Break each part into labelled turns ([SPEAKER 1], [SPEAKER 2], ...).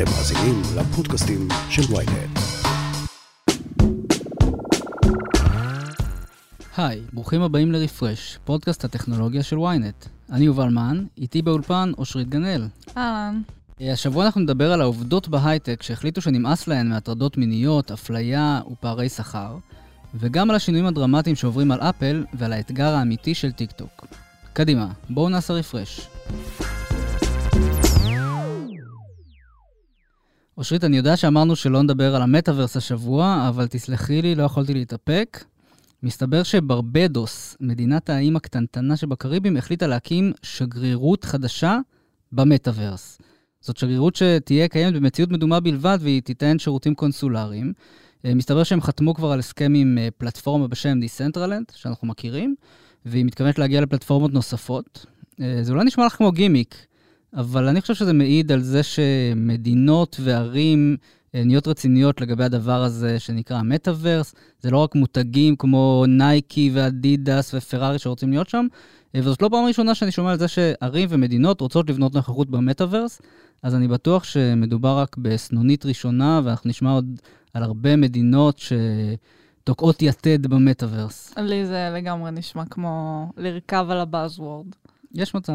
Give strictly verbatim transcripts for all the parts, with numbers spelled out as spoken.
[SPEAKER 1] אתם מאזינים לפודקאסטים של וויינט.
[SPEAKER 2] היי, ברוכים הבאים לרפרש, פודקאסט הטכנולוגיה של וויינט. אני יובל מן, איתי באולפן אושרית גנאל.
[SPEAKER 3] אהלן.
[SPEAKER 2] השבוע אנחנו נדבר על העובדות בהייטק שהחליטו שנמאס להן מהטרדות מיניות, אפליה ופערי שכר, וגם על השינויים הדרמטיים שעוברים על אפל ועל האתגר האמיתי של טיק טוק. קדימה, בואו נעשה רפרש. אושרית, אני יודע שאמרנו שלא נדבר על המטאברס השבוע, אבל תסלחי לי, לא יכולתי להתאפק. מסתבר שברבדוס, מדינת האיים הקטנטנה שבקריבים, החליטה להקים שגרירות חדשה במטאברס. זאת שגרירות שתהיה קיימת במציאות מדומה בלבד, והיא תיתן שירותים קונסולריים. מסתבר שהם חתמו כבר על הסכם עם פלטפורמה בשם Decentraland, שאנחנו מכירים, והיא מתכוונת להגיע לפלטפורמות נוספות. זה אולי נשמע לך כמו גימיק, אבל אני חושב שזה מעיד על זה שמדינות וערים נהיות רציניות לגבי הדבר הזה שנקרא המטאברס. זה לא רק מותגים כמו נייקי ואדידס ופרארי שרוצים להיות שם, וזאת לא פעם ראשונה שאני שומע על זה שערים ומדינות רוצות לבנות נוכחות במטאברס, אז אני בטוח שמדובר רק בסנונית ראשונה, ואנחנו נשמע עוד על הרבה מדינות שתוקעות יתד במטאברס.
[SPEAKER 3] לי זה לגמרי נשמע כמו לרכב על הבאזוורד.
[SPEAKER 2] יש מצב.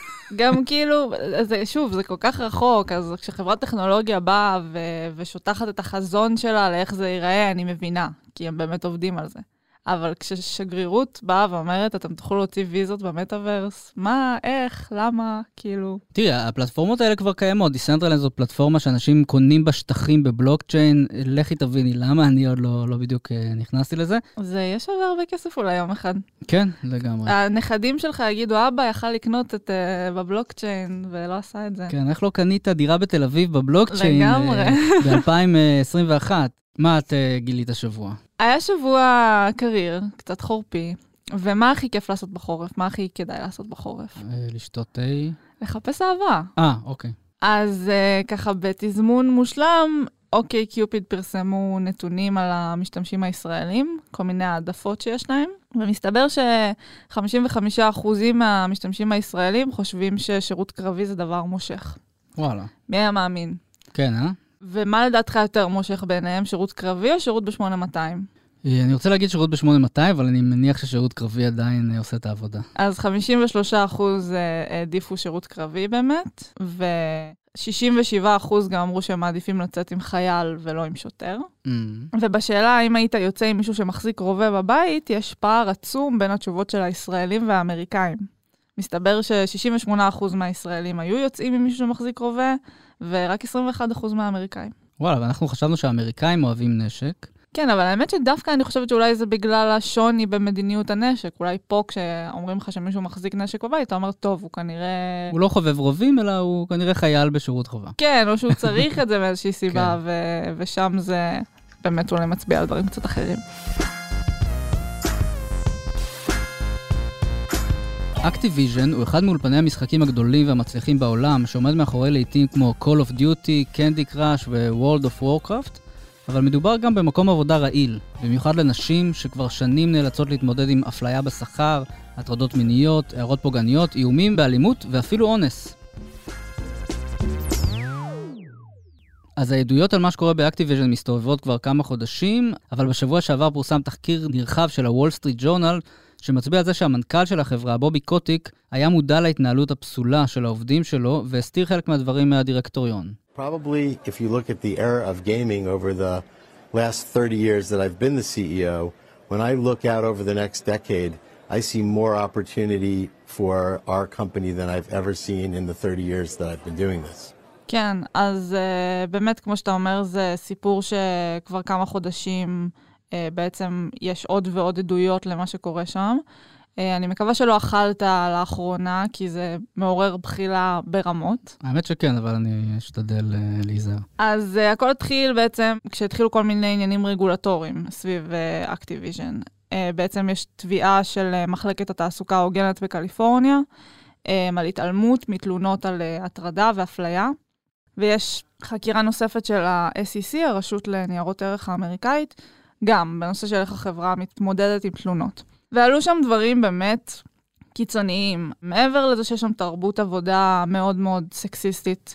[SPEAKER 3] גם כאילו, זה, שוב, זה כל כך רחוק, אז כשחברת טכנולוגיה באה ו- ושוטחת את החזון שלה לאיך זה ייראה, אני מבינה, כי הם באמת עובדים על זה. אבל כששגרירות באה ואומרת, אתם תוכלו להוציא ויזות במטאברס, מה, איך, למה, כאילו...
[SPEAKER 2] תראי, הפלטפורמות האלה כבר קיימות. Decentraland זו פלטפורמה שאנשים קונים בשטחים בבלוקצ'יין, לכי תביני למה, אני עוד לא, לא בדיוק נכנסתי לזה.
[SPEAKER 3] זה יש הרבה הרבה כסף אולי יום אחד.
[SPEAKER 2] כן, לגמרי.
[SPEAKER 3] הנכדים שלך יגידו, אבא יכל לקנות את, uh, בבלוקצ'יין, ולא עשה את זה.
[SPEAKER 2] כן, איך לא קנית דירה בתל אביב בבלוקצ'יין?
[SPEAKER 3] לגמרי.
[SPEAKER 2] ב-אלפיים עשרים ואחת. מה את uh, גילית השבוע?
[SPEAKER 3] היה שבוע קריר, קצת חורפי, ומה הכי כיף לעשות בחורף? מה הכי כדאי לעשות בחורף?
[SPEAKER 2] לשתות תה?
[SPEAKER 3] לחפש אהבה.
[SPEAKER 2] אה, אוקיי.
[SPEAKER 3] אז uh, ככה בתזמון מושלם, אוקיי קיופיד פרסמו נתונים על המשתמשים הישראלים, כל מיני העדפות שיש להם, ומסתבר ש-חמישים וחמישה אחוז מהמשתמשים הישראלים חושבים ששירות קרבי זה דבר מושך.
[SPEAKER 2] וואלה.
[SPEAKER 3] מי היה מאמין?
[SPEAKER 2] כן, אה?
[SPEAKER 3] ומה לדעתך יותר מושך ביניהם, שירות קרבי או שירות ב-שמונה מאתיים? אני
[SPEAKER 2] רוצה להגיד שירות ב-שמונה מאתיים, אבל אני מניח ששירות קרבי עדיין עושה את העבודה.
[SPEAKER 3] אז חמישים ושלושה אחוז העדיפו שירות קרבי באמת, ו-שישים ושבעה אחוז גם אמרו שהם מעדיפים לצאת עם חייל ולא עם שוטר. Mm. ובשאלה האם היית יוצא עם מישהו שמחזיק רובה בבית, יש פער עצום בין התשובות של הישראלים והאמריקאים. מסתבר ש-שישים ושמונה אחוז מהישראלים היו יוצאים עם מישהו שמחזיק רובה, ורק עשרים ואחד אחוז מהאמריקאים.
[SPEAKER 2] וואלה, ואנחנו חשבנו שהאמריקאים אוהבים נשק.
[SPEAKER 3] כן, אבל האמת שדווקא אני חושבת שאולי זה בגלל השוני במדיניות הנשק. אולי פה כשאומרים לך שמישהו מחזיק נשק בבית, אתה אומר, טוב, הוא כנראה...
[SPEAKER 2] הוא לא חובב רובים, אלא הוא כנראה חייל בשירות חובה.
[SPEAKER 3] כן, או שהוא צריך את זה מאיזושהי סיבה, ו- ושם זה באמת אולי מצביע על דברים קצת אחרים.
[SPEAKER 2] Activision הוא אחד מאולפני המשחקים הגדולים והמצליחים בעולם, שעומד מאחורי לעיתים כמו Call of Duty, Candy Crush ו-World of Warcraft, אבל מדובר גם במקום עבודה רעיל, במיוחד לנשים שכבר שנים נאלצות להתמודד עם אפליה בשכר, הטרדות מיניות, הערות פוגעניות, איומים באלימות ואפילו אונס. אז העדויות על מה שקורה ב-Activision מסתובבות כבר כמה חודשים, אבל בשבוע שעבר פורסם תחקיר נרחב של הוול סטריט ג'ורנל, שמצביע על זה שהמנכ"ל של החברה, בובי קוטיק, היה מודע להתנהלות הפסולה של העובדים שלו, והסתיר חלק מהדברים מהדירקטוריון.
[SPEAKER 4] Probably, if you look at the era of gaming over the last thirty years that I've been the C E O, when I look out over the next decade, I see more opportunity for our company than I've ever seen in the thirty years that I've been doing this.
[SPEAKER 3] כן, אז uh, באמת, כמו שאתה אומר, זה סיפור שכבר כמה חודשים uh, בעצם יש עוד ועוד עדויות למה שקורה שם. Uh, אני מקווה שלא אכלת לאחרונה, כי זה מעורר בחילה ברמות.
[SPEAKER 2] האמת שכן, אבל אני אשתדל uh, להיזהר.
[SPEAKER 3] אז uh, הכל התחיל בעצם כשהתחילו כל מיני עניינים רגולטוריים סביב uh, Activision. Uh, בעצם יש תביעה של uh, מחלקת התעסוקה ההוגנת בקליפורניה, uh, על התעלמות מתלונות על uh, הטרדה ואפליה. ויש חקירה נוספת של ה-אס אי סי, הרשות לניירות ערך האמריקאית, גם בנושא של איך החברה מתמודדת עם תלונות. ועלו שם דברים באמת קיצוניים. מעבר לזה שיש שם תרבות עבודה מאוד מאוד סקסיסטית,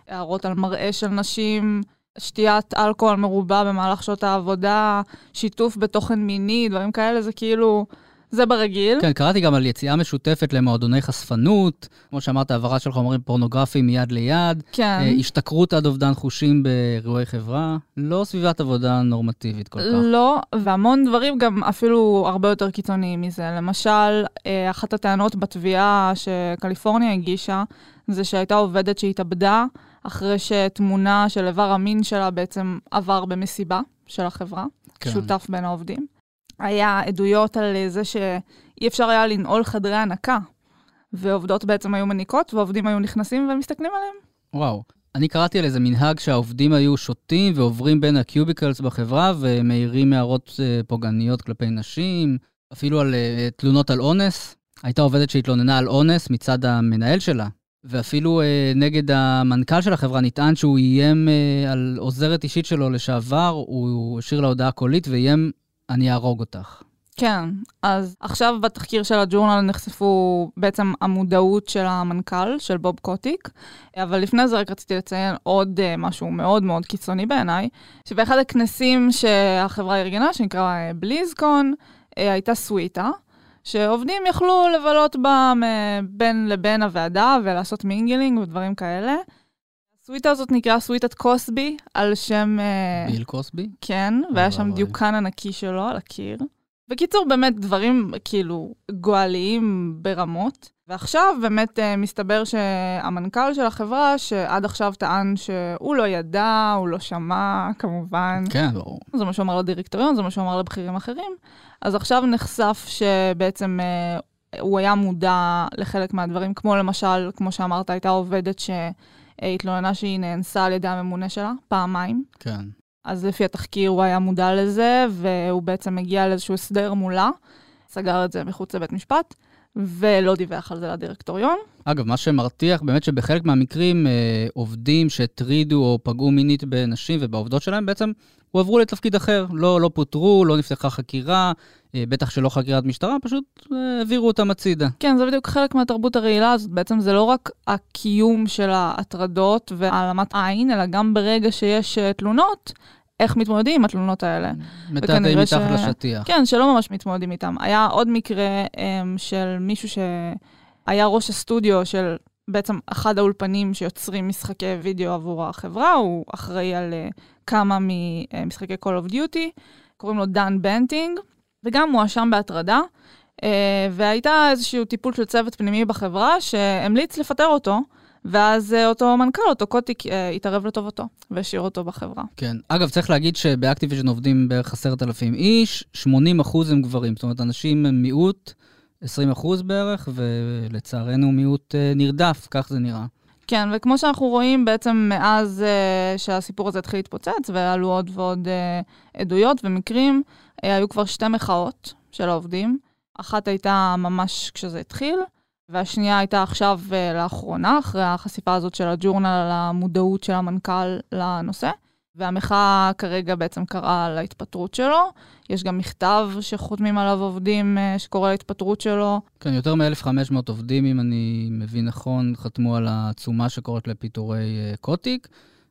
[SPEAKER 3] הערות על מראה של נשים, שתיית אלכוהול מרובה במהלך שעות העבודה, שיתוף בתוכן מיני, דברים כאלה, זה כאילו, זה ברגיל.
[SPEAKER 2] כן, קראתי גם על יציאה משותפת למועדוני חשפנות, כמו שאמרת, העברה של חומרים פורנוגרפיים מיד ליד,
[SPEAKER 3] כן.
[SPEAKER 2] השתכרות עד אובדן חושים באירועי חברה, לא סביבת עבודה נורמטיבית כל כך.
[SPEAKER 3] לא, והמון דברים גם אפילו הרבה יותר קיצוניים מזה. למשל, אחת הטענות בתביעה שקליפורניה הגישה, זה שהייתה עובדת שהתאבדה, אחרי שתמונה של איבר המין שלה בעצם עבר במסיבה של החברה, כן. שותף בין העובדים. היה עדויות על זה שאי אפשר היה לנעול חדרי הנקה, ועובדות בעצם היו מניקות, ועובדים היו נכנסים ומסתכלים עליהם.
[SPEAKER 2] וואו. אני קראתי על איזה מנהג שהעובדים היו שותים ועוברים בין הקיוביקלס בחברה, ומאירים הערות פוגעניות כלפי נשים, אפילו על תלונות על אונס. הייתה עובדת שהתלוננה על אונס מצד המנהל שלה. ואפילו אה, נגד המנכ"ל של החברה נטען שהוא איים אה, על עוזרת אישית שלו לשעבר, הוא השאיר לה הודעה קולית ואיים, אני אהרוג אותך.
[SPEAKER 3] כן, אז עכשיו בתחקיר של הג'ורנל נחשפו בעצם המודעות של המנכ"ל, של בוב קוטיק, אבל לפני זה רק רציתי לציין עוד uh, משהו מאוד מאוד קיצוני בעיניי, שבאחד הכנסים שהחברה ארגנה, שנקרא בליזקון, uh, הייתה סוויטה, שעובדים יכלו לבלות בה בין לבין הוועדה ולעשות מינגלינג ודברים כאלה. הסוויטה הזאת נקרא סוויטת קוסבי, על שם...
[SPEAKER 2] ביל קוסבי?
[SPEAKER 3] כן, והיה שם דיוקן ענקי שלו על הקיר. בקיצור, באמת דברים כאילו גואליים ברמות. ועכשיו באמת מסתבר שהמנכ"ל של החברה, שעד עכשיו טען שהוא לא ידע, הוא לא שמע, כמובן.
[SPEAKER 2] כן, ברור.
[SPEAKER 3] זה מה שהוא אמר לדירקטוריון, זה מה שהוא אמר לבכירים אחרים. אז עכשיו נחשף שבעצם אה, הוא היה מודע לחלק מהדברים, כמו למשל, כמו שאמרת, הייתה עובדת שהתלוננה שהיא נאנסה על ידי הממונה שלה, פעמיים.
[SPEAKER 2] כן.
[SPEAKER 3] אז לפי התחקיר הוא היה מודע לזה, והוא בעצם הגיע לאיזשהו הסדר מולה, סגר את זה מחוץ לבית משפט, ולא דיווח על זה לדירקטוריון.
[SPEAKER 2] אגב, מה שמרתיח באמת שבחלק מהמקרים אה, עובדים שהטרידו או פגעו מינית בנשים ובעובדות שלהם בעצם הועברו לתפקיד אחר, לא, לא פוטרו, לא נפתחה חקירה, אה, בטח שלא חקירת משטרה, פשוט אה, העבירו אותם הצידה.
[SPEAKER 3] כן, זה בדיוק חלק מהתרבות הרעילה הזאת, בעצם זה לא רק הקיום של ההטרדות והעלמת עין, אלא גם ברגע שיש uh, תלונות, איך מתמודדים עם התלונות האלה.
[SPEAKER 2] מתעדים מתחת ש... לשטיח.
[SPEAKER 3] כן, שלא ממש מתמודדים איתם. היה עוד מקרה um, של מישהו שהיה ראש הסטודיו של בעצם אחד האולפנים שיוצרים משחקי וידאו עבור החברה, הוא אחראי על uh, כמה ממשחקי Call of Duty, קוראים לו דן בנטינג, וגם הוא אשם בהטרדה, uh, והייתה איזשהו טיפול של צוות פנימי בחברה שהמליץ לפטר אותו, ואז אותו מנכ"ל, אותו קוטיק, התערב לטובתו, והשאיר אותו בחברה.
[SPEAKER 2] כן. אגב, צריך להגיד שבאקטיביז'ן עובדים בערך עשרת אלפים איש, שמונים אחוז הם גברים. זאת אומרת, אנשים הם מיעוט, עשרים אחוז בערך, ולצערנו מיעוט נרדף, כך זה נראה.
[SPEAKER 3] כן, וכמו שאנחנו רואים, בעצם מאז uh, שהסיפור הזה התחיל להתפוצץ, ועלו עוד ועוד uh, עדויות ומקרים, uh, היו כבר שתי מחאות של העובדים. אחת הייתה ממש כשזה התחיל, והשנייה הייתה עכשיו לאחרונה, אחרי החשיפה הזאת של הג'ורנל על המודעות של המנכ"ל לנושא, והמחאה כרגע בעצם קראה להתפטרות שלו. יש גם מכתב שחותמים עליו עובדים שקורא להתפטרות שלו.
[SPEAKER 2] כן, יותר מ-אלף וחמש מאות עובדים, אם אני מבין נכון, חתמו על העצומה שקוראת לפיטורי קוטיק,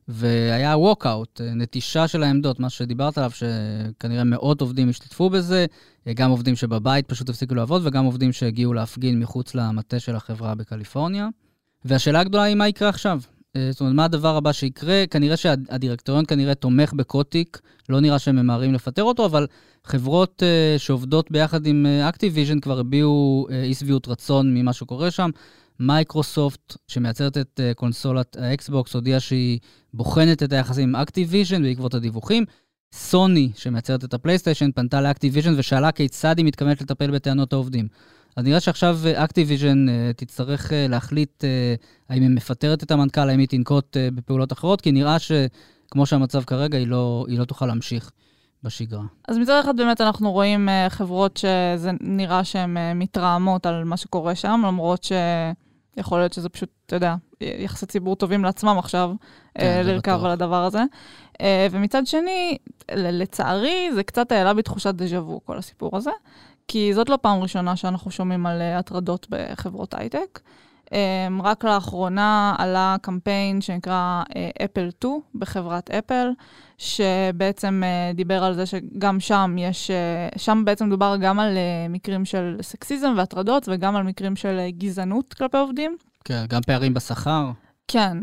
[SPEAKER 2] והיה ווקאוט, נטישה של העמדות, מה שדיברת עליו, שכנראה מאות עובדים השתתפו בזה, גם עובדים שבבית פשוט הפסיקו לעבוד, וגם עובדים שהגיעו להפגין מחוץ למטה של החברה בקליפורניה. והשאלה הגדולה היא מה יקרה עכשיו. זאת אומרת, מה הדבר הבא שיקרה? כנראה שהדירקטוריון כנראה תומך בקוטיק, לא נראה שהם ממהרים לפטר אותו, אבל חברות שעובדות ביחד עם אקטיביז'ן כבר הביעו אי שביעות רצון ממה שקורה שם. מייקרוסופט, שמייצרת את קונסולת האקסבוקס, הודיעה שהיא בוחנת את היחסים עם אקטיביז'ן בעקבות הדיווחים. סוני, שמייצרת את הפלייסטיישן, פנתה לאקטיביז'ן ושאלה כיצד היא מתכוונת לטפל בטענות העובדים. אז נראה שעכשיו אקטיביז'ן תצטרך להחליט האם היא מפטרת את המנכ"ל, האם היא תנקוט בפעולות אחרות, כי נראה שכמו שהמצב כרגע, היא לא, היא לא תוכל להמשיך בשגרה.
[SPEAKER 3] אז מצד אחד באמת אנחנו רואים חברות שזה נראה שהן מתרעמות על מה שקורה שם, למרות שיכול להיות שזה פשוט, אתה יודע, יחסי ציבור טובים לעצמם עכשיו, כן, לרכב על הדבר הזה. ומצד שני, לצערי, זה קצת העלה בתחושת דז'ה-וו, כל הסיפור הזה, כי זאת לא פעם ראשונה שאנחנו שומעים על הטרדות בחברות הייטק, רק לאחרונה עלה קמפיין שנקרא אפל טו בחברת אפל, שבעצם דיבר על זה שגם שם יש, שם בעצם דובר גם על מקרים של סקסיזם והטרדות, וגם על מקרים של גזענות כלפי עובדים.
[SPEAKER 2] כן, גם פערים בשכר.
[SPEAKER 3] כן,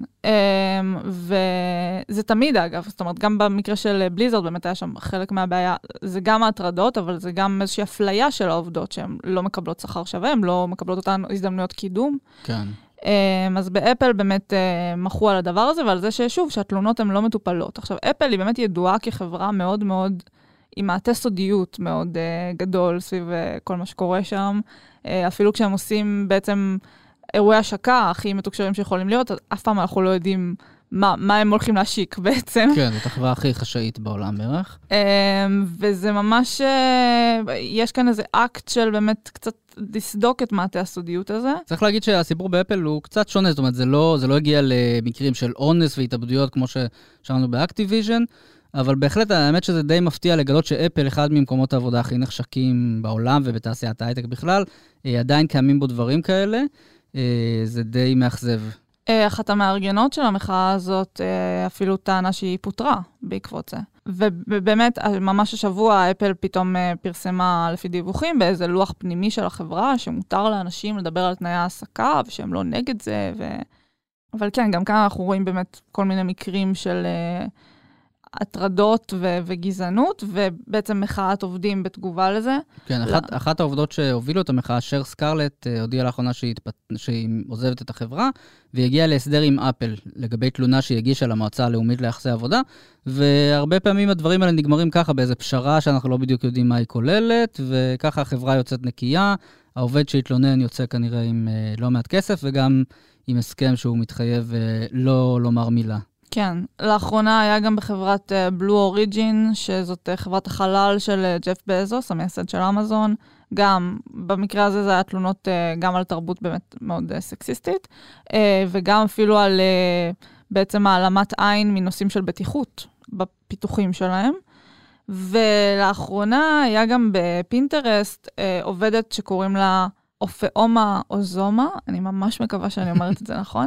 [SPEAKER 3] וזה תמיד אגב, זאת אומרת, גם במקרה של בליזרד באמת היה שם חלק מהבעיה, זה גם ההטרדות, אבל זה גם איזושהי אפליה של העובדות, שהן לא מקבלות שכר שווה, הן לא מקבלות אותן הזדמנויות קידום.
[SPEAKER 2] כן.
[SPEAKER 3] אז באפל באמת מחו על הדבר הזה, ועל זה ששוב, שהתלונות הן לא מטופלות. עכשיו, אפל היא באמת ידועה כחברה מאוד מאוד, עם מעטה סודיות מאוד גדול סביב כל מה שקורה שם, אפילו כשהם עושים בעצם אירועי השקה הכי מתוקשרים שיכולים להיות, אף פעם אנחנו לא יודעים מה, מה הם הולכים להשיק בעצם.
[SPEAKER 2] כן, זאת החברה הכי חשאית בעולם בערך.
[SPEAKER 3] וזה ממש, יש כאן איזה אקט של באמת קצת לסדוק את מעטה הסודיות הזה.
[SPEAKER 2] צריך להגיד שהסיפור באפל הוא קצת שונה, זאת אומרת, זה לא, זה לא הגיע למקרים של אונס והתאבדויות כמו ששמענו באקטיביז'ן, אבל בהחלט האמת שזה די מפתיע לגלות שאפל, אחד ממקומות העבודה הכי נחשקים בעולם ובתעשיית ההייטק בכלל, עדיין קיימים בו דברים כאלה. זה די מאכזב.
[SPEAKER 3] אחת המארגנות של המחאה הזאת אפילו טענה שהיא פוטרה בעקבות זה. ובאמת, ממש השבוע אפל פתאום פרסמה לפי דיווחים באיזה לוח פנימי של החברה, שמותר לאנשים לדבר על תנאי העסקה, ושהם לא נגד זה. ו... אבל כן, גם כאן אנחנו רואים באמת כל מיני מקרים של הטרדות ו- וגזענות, ובעצם מחאת עובדים בתגובה לזה.
[SPEAKER 2] כן, אחת, אחת העובדות שהובילו את המחאה, שר סקרלט, הודיעה לאחרונה שהיא, שהיא עוזבת את החברה, והיא הגיעה להסדר עם אפל, לגבי תלונה שהיא הגישה למועצה הלאומית ליחסי עבודה, והרבה פעמים הדברים האלה נגמרים ככה, באיזו פשרה שאנחנו לא בדיוק יודעים מה היא כוללת, וככה החברה יוצאת נקייה, העובד שהתלונן יוצא כנראה עם לא מעט כסף, וגם עם הסכם שהוא מתחייב לא לומר מילה.
[SPEAKER 3] כן, לאחרונה היה גם בחברת בלו אוריג'ין, שזאת חברת החלל של ג'ף בזוס, המייסד של אמזון, גם במקרה הזה זה היה תלונות גם על תרבות באמת מאוד סקסיסטית, וגם אפילו על בעצם העלמת עין מנושאים של בטיחות בפיתוחים שלהם. ולאחרונה היה גם בפינטרסט עובדת שקוראים לה אופאומה אוזומה, אני ממש מקווה שאני אומרת את זה נכון.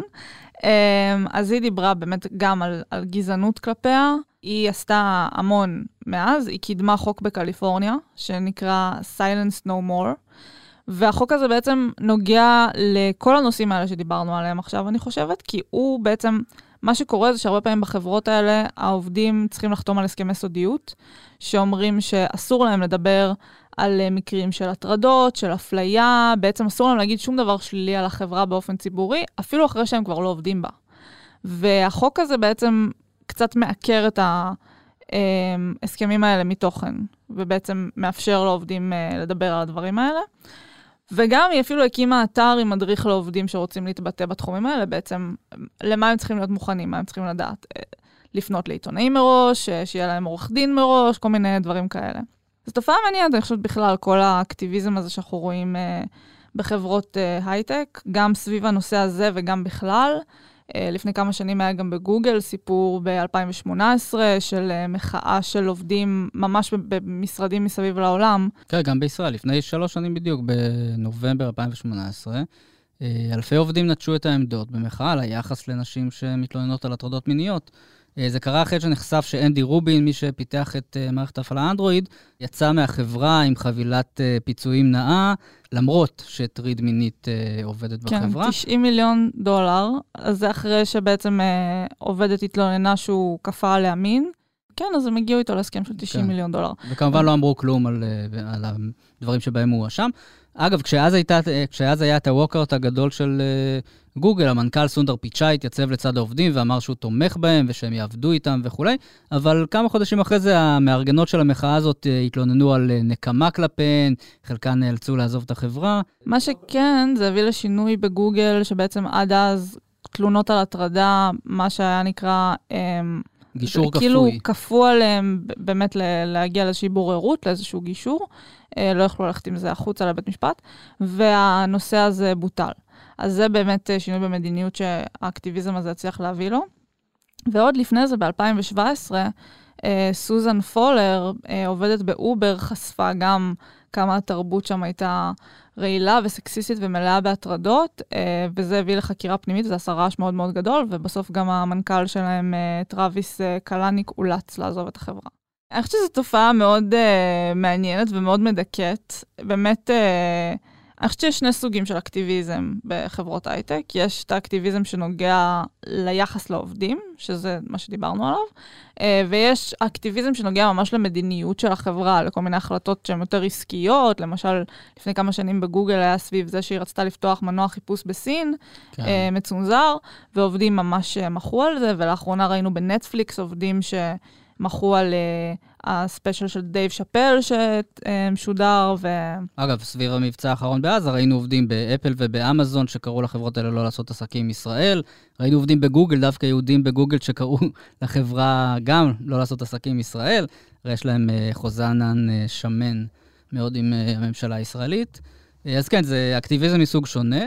[SPEAKER 3] אז היא דיברה באמת גם על, על גזענות כלפיה. היא עשתה המון מאז, היא קידמה חוק בקליפורניה, שנקרא Silence No More, והחוק הזה בעצם נוגע לכל הנושאים האלה שדיברנו עליהם עכשיו, אני חושבת, כי הוא בעצם, מה שקורה זה שהרבה פעמים בחברות האלה, העובדים צריכים לחתום על הסכמי סודיות, שאומרים שאסור להם לדבר על מקרים של הטרדות, של אפליה, בעצם אסור להם להגיד שום דבר שלילי על החברה באופן ציבורי, אפילו אחרי שהם כבר לא עובדים בה. והחוק הזה בעצם קצת מעקר את ההסכמים האלה מתוכן, ובעצם מאפשר לעובדים לדבר על הדברים האלה. וגם היא אפילו הקימה אתר עם מדריך לעובדים שרוצים להתבטא בתחומים האלה, בעצם למה הם צריכים להיות מוכנים, מה הם צריכים לדעת, לפנות לעיתונאים מראש, שיהיה להם עורך דין מראש, כל מיני דברים כאלה. זו תופעה מעניינת, אני חושבת בכלל, כל האקטיביזם הזה שאנחנו רואים uh, בחברות uh, הייטק, גם סביב הנושא הזה וגם בכלל. Uh, לפני כמה שנים היה גם בגוגל סיפור ב-אלפיים שמונה עשרה של uh, מחאה של עובדים ממש במשרדים מסביב לעולם.
[SPEAKER 2] כן, גם בישראל, לפני שלוש שנים בדיוק, בנובמבר אלפיים שמונה עשרה, uh, אלפי עובדים נטשו את העמדות במחאה על היחס לנשים שמתלוננות על הטרדות מיניות. זה קרה אחרי שנחשף שאנדי רובין, מי שפיתח את מערכת ההפעלה אנדרואיד, יצא מהחברה עם חבילת פיצויים נאה, למרות שטריד מינית עובדת בחברה.
[SPEAKER 3] כן, תשעים מיליון דולר, אז זה אחרי שבעצם עובדת התלוננה שהוא כפה עליה מין. כן, אז הם הגיעו איתו להסכם של תשעים כן. מיליון דולר.
[SPEAKER 2] וכמובן לא אמרו כלום על, על הדברים שבהם הוא אשם. אגב, כשאז, הייתה, כשאז היה את הווקאוט הגדול של uh, גוגל, המנכ"ל סונדר פיצ'אי התייצב לצד העובדים ואמר שהוא תומך בהם ושהם יעבדו איתם וכולי, אבל כמה חודשים אחרי זה המארגנות של המחאה הזאת uh, התלוננו על uh, נקמה כלפיהן, חלקן נאלצו לעזוב את החברה.
[SPEAKER 3] מה שכן, זה הביא לשינוי בגוגל, שבעצם עד אז תלונות על הטרדה, מה שהיה נקרא
[SPEAKER 2] גישור כפוי.
[SPEAKER 3] כאילו כפו עליהם באמת להגיע לאיזושהי בוררות, לאיזשהו גישור, לא יכלו ללכת עם זה החוצה לבית משפט, והנושא הזה בוטל. אז זה באמת שינוי במדיניות שהאקטיביזם הזה הצליח להביא לו. ועוד לפני זה, ב-אלפיים שבע עשרה, סוזן פולר, עובדת באובר, חשפה גם כמה התרבות שם הייתה רעילה וסקסיסטית ומלאה בהטרדות, וזה הביא לחקירה פנימית, זה עשה רעש מאוד מאוד גדול, ובסוף גם המנכ"ל שלהם, טרוויס קלניק, אולץ לעזוב את החברה. אני חושבת שזו תופעה מאוד uh, מעניינת ומאוד מדכאת. באמת, uh, אני חושבת שיש שני סוגים של אקטיביזם בחברות הייטק. יש את האקטיביזם שנוגע ליחס לעובדים, שזה מה שדיברנו עליו, uh, ויש אקטיביזם שנוגע ממש למדיניות של החברה, לכל מיני החלטות שהן יותר עסקיות. למשל, לפני כמה שנים בגוגל היה סביב זה שהיא רצתה לפתוח מנוע חיפוש בסין, כן. uh, מצונזר, ועובדים ממש מחו על זה, ולאחרונה ראינו בנטפליקס עובדים ש... מחו על uh, הספיישל של דייב שאפל שמשודר. ו...
[SPEAKER 2] אגב, סביב המבצע האחרון בעזה, ראינו עובדים באפל ובאמזון שקראו לחברות האלה לא לעשות עסקים עם ישראל. ראינו עובדים בגוגל, דווקא יהודים בגוגל שקראו לחברה גם לא לעשות עסקים עם ישראל. הרי יש להם uh, חוזנן uh, שמן מאוד עם uh, הממשלה הישראלית. Uh, אז כן, זה אקטיביזם מסוג שונה.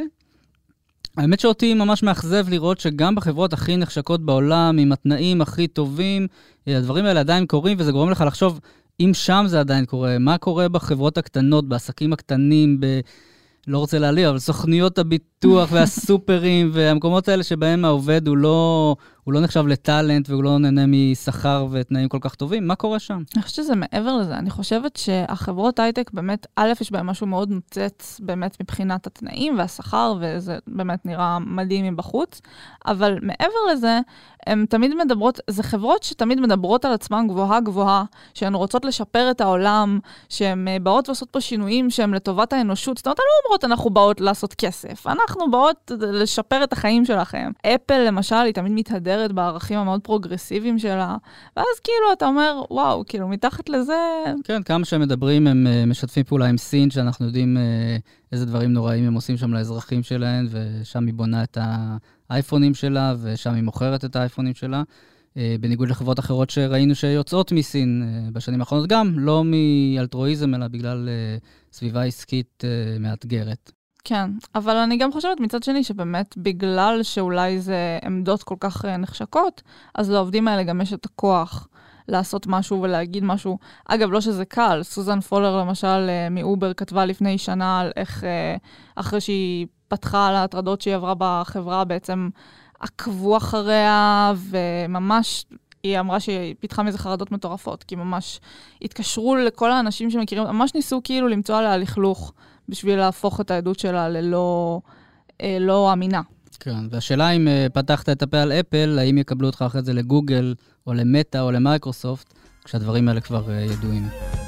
[SPEAKER 2] האמת שאותי ממש מאכזב לראות שגם בחברות הכי נחשקות בעולם, עם התנאים הכי טובים, הדברים האלה עדיין קורים, וזה גורם לך לחשוב, אם שם זה עדיין קורה, מה קורה בחברות הקטנות, בעסקים הקטנים, ב... לא רוצה להעליב, אבל סוכניות הביטוח והסופרים, והמקומות האלה שבהם העובד הוא לא, הוא לא נחשב לטלנט, והוא לא נהנה משכר ותנאים כל כך טובים, מה קורה שם?
[SPEAKER 3] אני חושבת שזה מעבר לזה. אני חושבת שהחברות הייטק באמת, א', יש בהם משהו מאוד נוצץ, באמת מבחינת התנאים והשכר, וזה באמת נראה מדהים מבחוץ, אבל מעבר לזה, הן תמיד מדברות, זה חברות שתמיד מדברות על עצמן גבוהה גבוהה, שהן רוצות לשפר את העולם, שהן באות ועושות פה שינויים שהן לטובת האנושות. זאת אומרת, לא אומרות, אנחנו באות לעשות כסף, אנחנו באות לשפר את החיים שלכם. אפל, למשל, היא תמיד מתהדרת בערכים המאוד פרוגרסיביים שלה, ואז כאילו אתה אומר, וואו, כאילו מתחת לזה...
[SPEAKER 2] כן, כמה שהם מדברים, הם משתפים פעולה עם סין, שאנחנו יודעים איזה דברים נוראים הם עושים שם לאזרחים שלהם, ושם היא בונה את האייפונים שלה, ושם היא מוכרת את האייפונים שלה, בניגוד לחברות אחרות שראינו שיוצאות מסין בשנים האחרונות, גם לא מאלטרואיזם, אלא בגלל סביבה עסקית מאתגרת.
[SPEAKER 3] כן, אבל אני גם חושבת מצד שני שבאמת בגלל שאולי זה עמדות כל כך נחשקות, אז לעובדים האלה גם יש את הכוח לעשות משהו ולהגיד משהו. אגב, לא שזה קל. סוזן פולר, למשל, מאובר, כתבה לפני שנה על איך אחרי שהיא פתחה על ההטרדות שהיא עברה בחברה, בעצם עקבו אחריה, וממש היא אמרה שהיא פיתחה מזה חרדות מטורפות, כי ממש התקשרו לכל האנשים שמכירים, ממש ניסו כאילו למצוא עליה לכלוך, בשביל להפוך את העדות שלה ללא לא אמינה.
[SPEAKER 2] כן, והשאלה אם פתחת את הפה על אפל, האם יקבלו אותך אחרי זה לגוגל, או למטה, או למייקרוסופט, כשהדברים האלה כבר ידועים.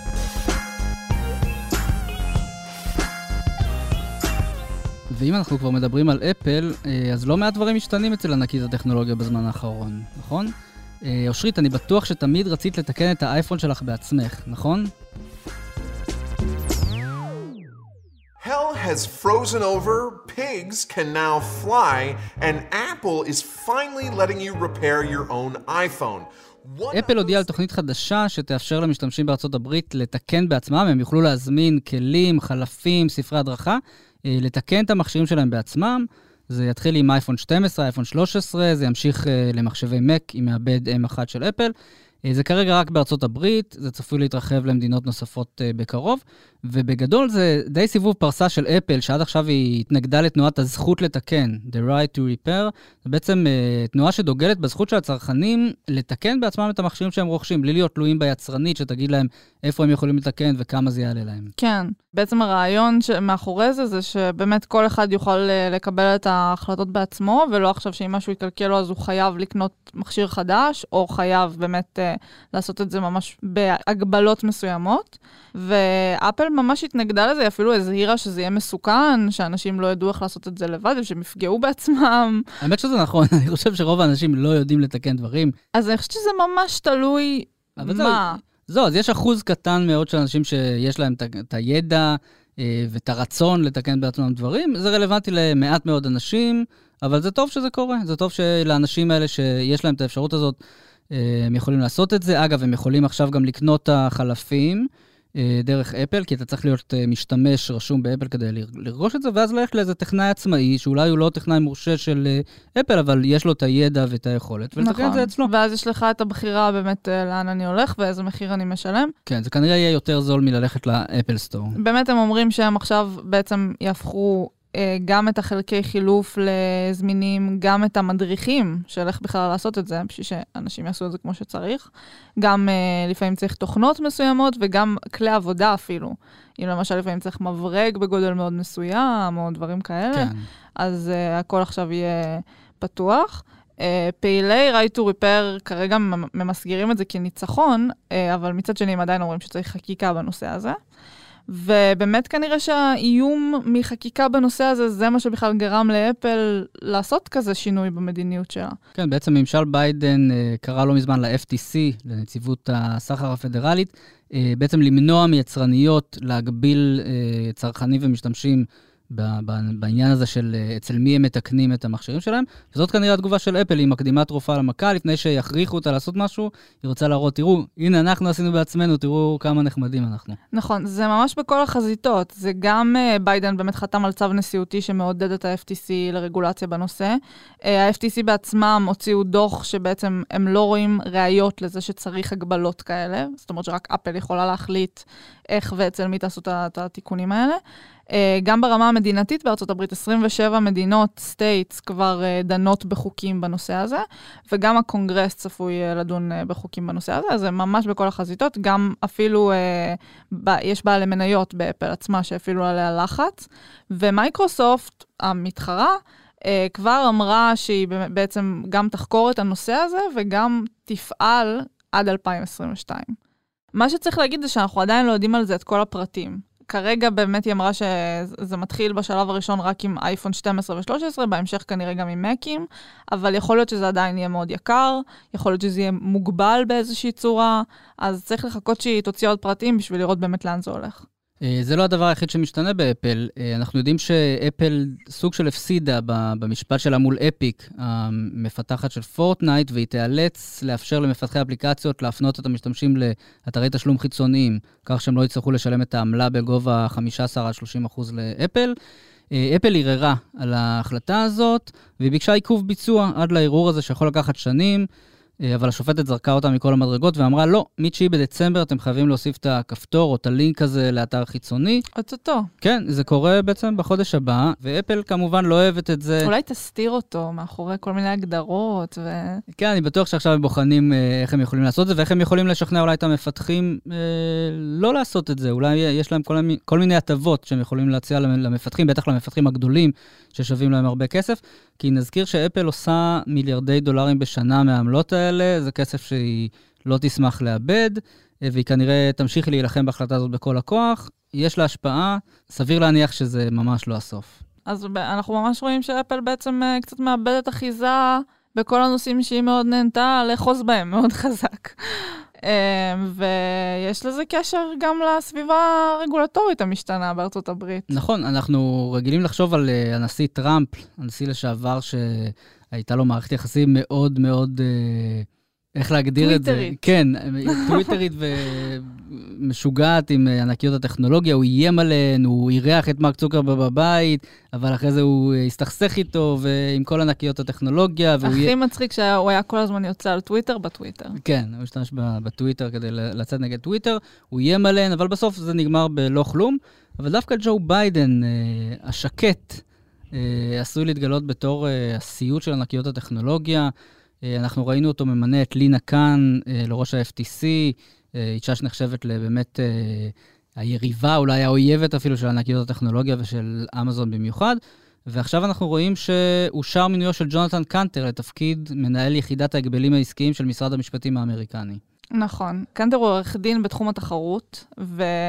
[SPEAKER 2] ואם אנחנו כבר מדברים על אפל, אז לא מעט דברים משתנים אצל ענקית הטכנולוגיה בזמן האחרון, נכון? אושרית, אני בטוח שתמיד רצית לתקן את האייפון שלך בעצמך, נכון?
[SPEAKER 5] Hell has frozen over, pigs can now fly, and Apple is finally letting you repair your own iPhone.
[SPEAKER 2] אפל הודיעה על תוכנית חדשה שתאפשר למשתמשים בארצות הברית לתקן בעצמם, הם יוכלו להזמין כלים, חלפים, ספרי הדרכה, לתקן את המכשירים שלהם בעצמם. זה יתחיל עם אייפון שתים עשרה, אייפון שלוש עשרה, זה ימשיך למחשבי Mac עם מעבד אם אחת של אפל. זה כרגע רק בארצות הברית, זה צפוי להתרחב למדינות נוספות בקרוב, ובגדול זה די סיבוב פרסה של אפל, שעד עכשיו היא התנגדה לתנועת הזכות לתקן, the right to repair, זה בעצם תנועה שדוגלת בזכות של הצרכנים לתקן בעצמם את המכשירים שהם רוכשים, בלי להיות תלויים ביצרנית שתגיד להם איפה הם יכולים לתקן וכמה זה יעלה להם.
[SPEAKER 3] כן, בעצם הרעיון מאחורי זה, זה שבאמת כל אחד יוכל לקבל את ההחלטות בעצמו, ולא עכשיו שאם משהו יקלקל לו אז הוא חייב לקנות מכשיר חדש, או חייב באמת לעשות את זה ממש בהגבלות מסוימות, ואפל ממש התנגדה לזה, אפילו הזהירה שזה יהיה מסוכן, שאנשים לא ידעו איך לעשות את זה לבד, ושהם יפגעו בעצמם.
[SPEAKER 2] האמת שזה נכון, אני חושב שרוב האנשים לא יודעים לתקן דברים.
[SPEAKER 3] אז אני חושבת שזה ממש תלוי מה.
[SPEAKER 2] זו, אז יש אחוז קטן מאוד של אנשים שיש להם את הידע ואת הרצון לתקן בעצמם דברים, זה רלוונטי למעט מאוד אנשים, אבל זה טוב שזה קורה, זה טוב שלאנשים האלה שיש להם את האפשרות הזאת, הם יכולים לעשות את זה. אגב, הם יכולים עכשיו גם לקנות את החלפים, דרך אפל, כי אתה צריך להיות משתמש רשום באפל כדי לרגוש את זה, ואז ללכת לאיזה טכנאי עצמאי, שאולי הוא לא טכנאי מורשה של אפל, אבל יש לו את הידע ואת היכולת, ולתקן את זה אצלו.
[SPEAKER 3] ואז יש לך את הבחירה באמת לאן אני הולך, ואיזה מחיר אני משלם.
[SPEAKER 2] כן, זה כנראה יהיה יותר זול מללכת לאפל סטור.
[SPEAKER 3] באמת הם אומרים שהם עכשיו בעצם יהפכו גם את החלקי חילוף לזמינים, גם את המדריכים של איך בכלל לעשות את זה, בשביל שאנשים יעשו את זה כמו שצריך. גם לפעמים צריך תוכנות מסוימות, וגם כלי עבודה אפילו. אם למשל לפעמים צריך מברג בגודל מאוד מסוים, או דברים כאלה, כן. אז uh, הכל עכשיו יהיה פתוח. Uh, פעילי right to repair כרגע ממסגרים את זה כניצחון, uh, אבל מצד שני הם עדיין אומרים שצריך חקיקה בנושא הזה. ובאמת כנראה שהאיום מחקיקה בנושא הזה, זה מה שבכלל גרם לאפל לעשות כזה שינוי במדיניות שלה.
[SPEAKER 2] כן, בעצם ממשל ביידן קרא לא מזמן ל-אף טי סי, לנציבות הסחר הפדרלית, בעצם למנוע מיצרניות להגביל צרכנים ומשתמשים בעניין הזה של אצל מי הם מתקנים את המכשירים שלהם. וזאת כנראה התגובה של אפל, היא מקדימה תרופה למכה, לפני שיכריחו אותה לעשות משהו, היא רוצה להראות, תראו, הנה אנחנו עשינו בעצמנו, תראו כמה נחמדים אנחנו.
[SPEAKER 3] נכון, זה ממש בכל החזיתות. זה גם ביידן באמת חתם על צו נשיאותי שמעודד את ה-אף טי סי לרגולציה בנושא. ה-אף טי סי בעצמם הוציאו דוח שבעצם הם לא רואים ראיות לזה שצריך הגבלות כאלה. זאת אומרת שרק אפל יכולה להחליט איך ואצל מי תעשו את התיקונים האלה. גם ברמה המדינתית בארצות הברית, עשרים ושבע מדינות, סטייטס, כבר דנות בחוקים בנושא הזה, וגם הקונגרס צפוי לדון בחוקים בנושא הזה, אז זה ממש בכל החזיתות, גם אפילו יש בעלי מניות באפל עצמה שאפילו עליה לחץ, ומייקרוסופט, המתחרה, כבר אמרה שהיא בעצם גם תחקור את הנושא הזה, וגם תפעל עד אלפיים עשרים ושתיים. מה שצריך להגיד זה שאנחנו עדיין לא יודעים על זה את כל הפרטים. כרגע באמת היא אמרה שזה מתחיל בשלב הראשון רק עם אייפון שתים עשרה ו-שלוש עשרה, בהמשך כנראה גם עם מקים, אבל יכול להיות שזה עדיין יהיה מאוד יקר, יכול להיות שזה יהיה מוגבל באיזושהי צורה, אז צריך לחכות שהיא תוציא עוד פרטים בשביל לראות באמת לאן זה הולך.
[SPEAKER 2] זה לא הדבר היחיד שמשתנה באפל. אנחנו יודעים שאפל סוג של הפסידה במשפט שלה מול אפיק, המפתחת של פורטנייט, והיא תיאלץ לאפשר למפתחי אפליקציות להפנות את המשתמשים לאתרי תשלום חיצוניים, כך שהם לא יצטרכו לשלם את העמלה בגובה חמישה עשר עד שלושים אחוז לאפל. אפל ערערה על ההחלטה הזאת, והיא ביקשה עיכוב ביצוע עד לערעור הזה שיכול לקחת שנים, אבל השופטת זרקה אותה מכל המדרגות ואמרה, לא, מתשיעי בדצמבר אתם חייבים להוסיף את הכפתור או את הלינק הזה לאתר חיצוני.
[SPEAKER 3] אותו.
[SPEAKER 2] כן, זה קורה בעצם בחודש הבא, ואפל כמובן לא אוהבת את זה.
[SPEAKER 3] אולי תסתיר אותו מאחורי כל מיני הגדרות. ו...
[SPEAKER 2] כן, אני בטוח שעכשיו הם בוחנים איך הם יכולים לעשות את זה, ואיך הם יכולים לשכנע אולי את המפתחים אה, לא לעשות את זה. אולי יש להם כל, כל מיני הטבות שהם יכולים להציע למפתחים, בטח למפתחים הגדולים ששווים להם הרבה כסף, כי נזכיר שאפל עושה מיליארדי דולרים בשנה מהעמלות האלה, זה כסף שהיא לא תשמח לאבד, והיא כנראה תמשיך להילחם בהחלטה הזאת בכל הכוח. יש לה השפעה, סביר להניח שזה ממש לא הסוף.
[SPEAKER 3] אז אנחנו ממש רואים שאפל בעצם קצת מאבדת אחיזה בכל הנושאים שהיא מאוד נהנתה לאחוז בהם, מאוד חזק. ויש לזה קשר גם לסביבה הרגולטורית המשתנה בארצות הברית.
[SPEAKER 2] נכון, אנחנו רגילים לחשוב על הנשיא טראמפ, הנשיא לשעבר שהייתה לו מערכת יחסים מאוד מאוד, איך להגדיר את זה? כן, טוויטרית ומשוגעת עם ענקיות הטכנולוגיה, הוא איים עליהן, הוא אירח את מרק צוקרברג בבית, אבל אחרי זה הוא הסתכסך איתו ועם כל ענקיות הטכנולוגיה.
[SPEAKER 3] הכי מצחיק שהוא היה כל הזמן יוצא על טוויטר בטוויטר. כן,
[SPEAKER 2] הוא השתמש בטוויטר כדי לצאת נגד טוויטר, הוא איים עליהן, אבל בסוף זה נגמר בלא כלום. אבל דווקא ג'ו ביידן, השקט, עשוי להתגלות בתור הסיוט של ענקיות הטכנולוגיה. אנחנו ראינו אותו ממנה את לינה קאן לראש ה-אף טי סי, אישה שנחשבת לבאמת היריבה, אולי האויבת אפילו של ענקיות הטכנולוגיה ושל אמזון במיוחד, ועכשיו אנחנו רואים שאושר מינויו של ג'ונתן קנטר לתפקיד מנהל יחידת ההגבלים העסקיים של משרד המשפטים האמריקני.
[SPEAKER 3] נכון. קנטר הוא עורך דין בתחום התחרות,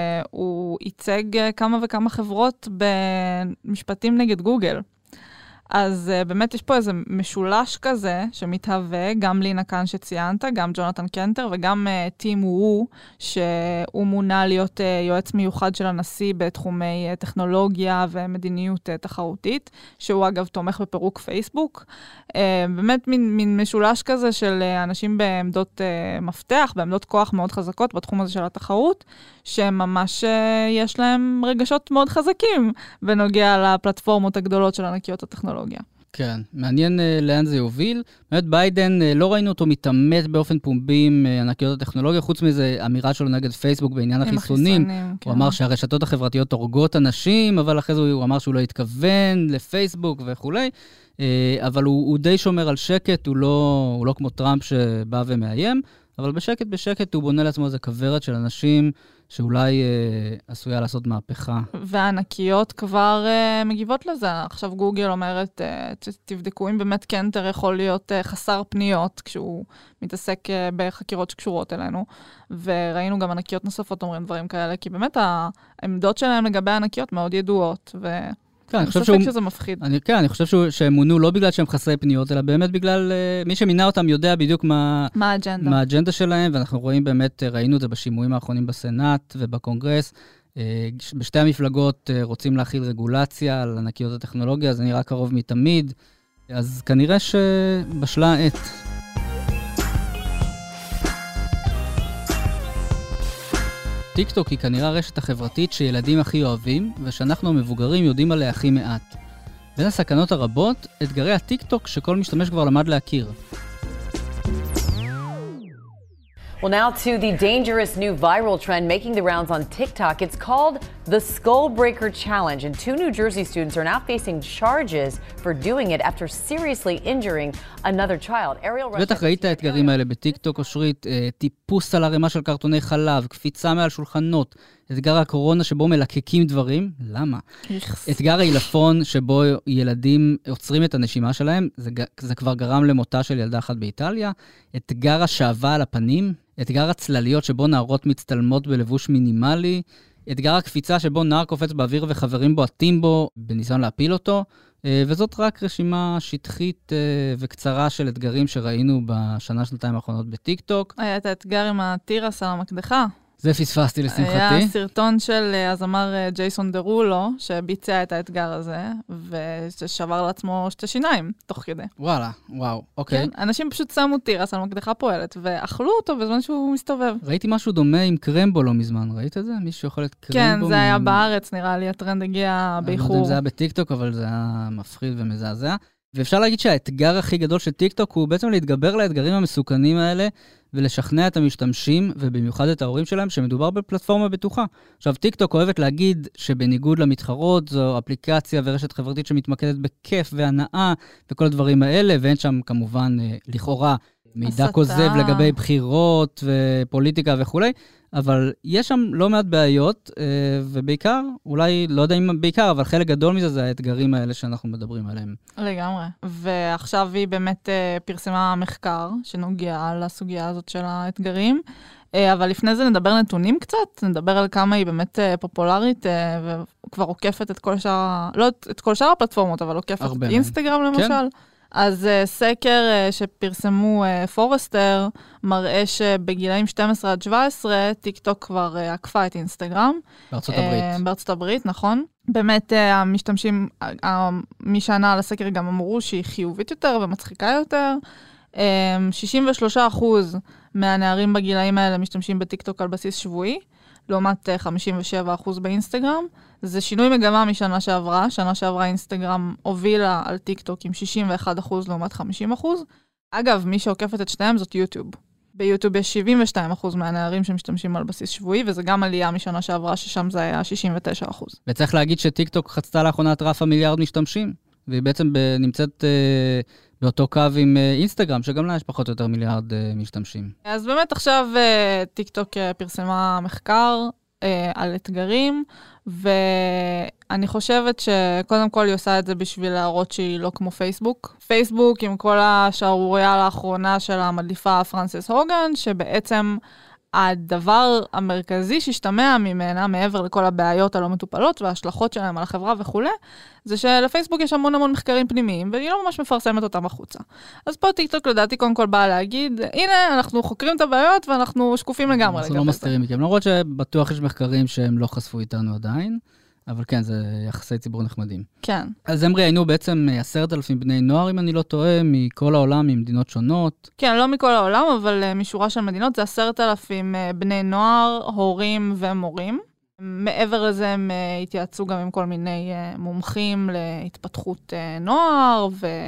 [SPEAKER 3] והוא ייצג כמה וכמה חברות במשפטים נגד גוגל. אז uh, באמת יש פה איזה משולש כזה שמתהווה, גם לינה כאן שציינת, גם ג'ונתן קנטר וגם uh, טים וו, שהוא מונה להיות uh, יועץ מיוחד של הנשיא בתחומי uh, טכנולוגיה ומדיניות uh, תחרותית, שהוא אגב תומך בפירוק פייסבוק. Uh, באמת מין, מין משולש כזה של uh, אנשים בעמדות uh, מפתח, בעמדות כוח מאוד חזקות בתחום הזה של התחרות, שממש uh, יש להם רגשות מאוד חזקים בנוגע לפלטפורמות הגדולות של ענקיות הטכנולוגיה.
[SPEAKER 2] כן, מעניין uh, לאן זה יוביל. באמת ביידן, uh, לא ראינו אותו מתעמת באופן פומבי עם uh, ענקיות הטכנולוגיה, חוץ מזה אמירה שלו נגד פייסבוק בעניין החיסונים. החיסונים כן. הוא אמר שהרשתות החברתיות הורגות אנשים, אבל אחרי זה הוא אמר שהוא לא התכוון לפייסבוק וכו'. Uh, אבל הוא, הוא די שומר על שקט, הוא לא, הוא לא כמו טראמפ שבא ומאיים, אבל בשקט בשקט הוא בונה לעצמו איזה כברת של אנשים שאולי אה, עשויה לעשות מהפכה.
[SPEAKER 3] והענקיות כבר אה, מגיבות לזה. עכשיו גוגל אומרת, אה, תבדקו אם באמת קנטר יכול להיות אה, חסר פניות, כשהוא מתעסק אה, בחקירות שקשורות אלינו. וראינו גם ענקיות נוספות אומרים דברים כאלה, כי באמת העמדות שלהם לגבי הענקיות מאוד ידועות, ו...
[SPEAKER 2] כן,
[SPEAKER 3] אני חושב שהוא... שזה מפחיד.
[SPEAKER 2] אני, כן, אני חושב שהוא, שהם מונו לא בגלל שהם חסרי פניות, אלא באמת בגלל, uh, מי שמינה אותם יודע בדיוק מה,
[SPEAKER 3] מה האג'נדה.
[SPEAKER 2] מה האג'נדה שלהם, ואנחנו רואים באמת, ראינו את זה בשימועים האחרונים בסנאט ובקונגרס, uh, בשתי המפלגות uh, רוצים להכיל רגולציה על ענקיות הטכנולוגיה, זה נראה קרוב מתמיד, אז כנראה שבשלה העת. טיקטוק היא כנראה הרשת החברתית שילדים הכי אוהבים, ושאנחנו המבוגרים יודעים עליה הכי מעט. בין הסכנות הרבות, אתגרי הטיקטוק שכל משתמש כבר למד להכיר.
[SPEAKER 6] Well, now to the dangerous new viral trend making the rounds on TikTok. It's called the Skull Breaker Challenge, and two New Jersey students are now facing charges for doing it after seriously injuring another child. Ariel
[SPEAKER 2] בטח ראית האתגרים האלה בטיקטוק, אושרית, טיפוס על הרמה של קרטוני חלב, קפיצה מעל שולחנות, אתגר הקורונה שבו מלקקים דברים, למה? אתגר העילפון שבו ילדים עוצרים את הנשימה שלהם, זה, זה כבר גרם למותה של ילדה אחת באיטליה, אתגר השעווה על הפנים, אתגר הצלליות שבו נערות מצטלמות בלבוש מינימלי, אתגר הקפיצה שבו נער קופץ באוויר וחברים בועטים בו בניסיון להפיל אותו, וזאת רק רשימה שטחית וקצרה של אתגרים שראינו בשנה שנתיים האחרונות בטיקטוק.
[SPEAKER 3] היה את האתגר עם הטירס על המקדחה.
[SPEAKER 2] זה פספסתי לשמחתי.
[SPEAKER 3] היה סרטון של הזמר ג'ייסון דרולו, שביצע את האתגר הזה, וששבר לעצמו שתי שיניים, תוך כדי.
[SPEAKER 2] וואלה, וואו, אוקיי.
[SPEAKER 3] כן, אנשים פשוט שמו טירס על מקדחה פועלת, ואכלו אותו בזמן שהוא מסתובב.
[SPEAKER 2] ראיתי משהו דומה עם קרמבו לא מזמן, ראית את זה? מישהו יכול את קרמבו?
[SPEAKER 3] כן, זה היה בארץ, נראה לי, הטרנד הגיע באיחור.
[SPEAKER 2] אני לא יודע אם זה היה בטיקטוק, אבל זה היה מפחיד ומזעזע. ואפשר להגיד שהאתגר הכי גדול של טיקטוק הוא בעצם להתגבר לאתגרים המסוכנים האלה, ולשכנע את המשתמשים, ובמיוחד את ההורים שלהם, שמדובר בפלטפורמה בטוחה. עכשיו, טיקטוק אוהבת להגיד שבניגוד למתחרות, זו אפליקציה ורשת חברתית שמתמקדת בכיף והנאה, וכל הדברים האלה, ואין שם כמובן לכאורה מידע כוזב לגבי בחירות ופוליטיקה וכו'. אבל יש שם לא מעט בעיות, ובעיקר, אולי, לא יודע אם בעיקר, אבל חלק גדול מזה זה האתגרים האלה שאנחנו מדברים עליהם.
[SPEAKER 3] לגמרי. ועכשיו היא באמת פרסמה מחקר שנוגע לסוגיה הזאת של האתגרים, אבל לפני זה נדבר נתונים קצת, נדבר על כמה היא באמת פופולרית, וכבר עוקפת את כל שאר, לא את כל שאר הפלטפורמות, אבל עוקפת את אינסטגרם למשל. כן. אז uh, סקר uh, שפרסמו uh, פורסטר מראה שבגילאים שתים עשרה עד שבע עשרה טיקטוק כבר uh, עקפה את אינסטגרם.
[SPEAKER 2] בארצות הברית.
[SPEAKER 3] Uh, בארצות הברית, נכון. באמת uh, המשתמשים, uh, מי שענה על הסקר גם אמרו שהיא חיובית יותר ומצחיקה יותר. Uh, שישים ושלושה אחוז מהנערים בגילאים האלה משתמשים בטיקטוק על בסיס שבועי, לעומת uh, חמישים ושבעה אחוז באינסטגרם. זה שינוי מגמה משנה שעברה, שנה שעברה אינסטגרם הובילה על טיקטוק עם שישים ואחד אחוז לעומת חמישים אחוז. אגב, מי שעוקפת את שתיהם זאת יוטיוב. ביוטיוב יש שבעים ושתיים אחוז מהנערים שמשתמשים על בסיס שבועי, וזה גם עלייה משנה שעברה, ששם זה היה שישים ותשעה אחוז.
[SPEAKER 2] וצריך להגיד שטיקטוק חצתה לאחרונה את רף המיליארד משתמשים, והיא בעצם נמצאת אה, באותו קו עם אה, אינסטגרם, שגם לה יש פחות או יותר מיליארד אה, משתמשים.
[SPEAKER 3] אז באמת עכשיו אה, טיקטוק אה, פרסמה מחקר אה, על אתגרים, ואני חושבת שקודם כל היא עושה את זה בשביל להראות שהיא לא כמו פייסבוק. פייסבוק עם כל השערוריה לאחרונה של המדליפה פרנסס הוגן, שבעצם הדבר המרכזי שהשתמע ממנה, מעבר לכל הבעיות הלא מטופלות וההשלכות שלהם על החברה וכו', זה שלפייסבוק יש המון המון מחקרים פנימיים, והיא לא ממש מפרסמת אותם החוצה. אז פה טיקטוק לדעתי קודם כל באה להגיד, הנה, אנחנו חוקרים את הבעיות ואנחנו שקופים לגמרי.
[SPEAKER 2] אנחנו לא מסתירים מכם, למרות שבטוח יש מחקרים שהם לא חשפו איתנו עדיין, אבל כן, זה יחסי ציבור נחמדים.
[SPEAKER 3] כן.
[SPEAKER 2] אז הם ראיינו בעצם עשרת אלפים בני נוער, אם אני לא טועה, מכל העולם, ממדינות שונות.
[SPEAKER 3] כן, לא מכל העולם, אבל משורה של מדינות, זה עשרת אלפים בני נוער, הורים ומורים. מעבר לזה הם התייעצו גם עם כל מיני מומחים להתפתחות נוער,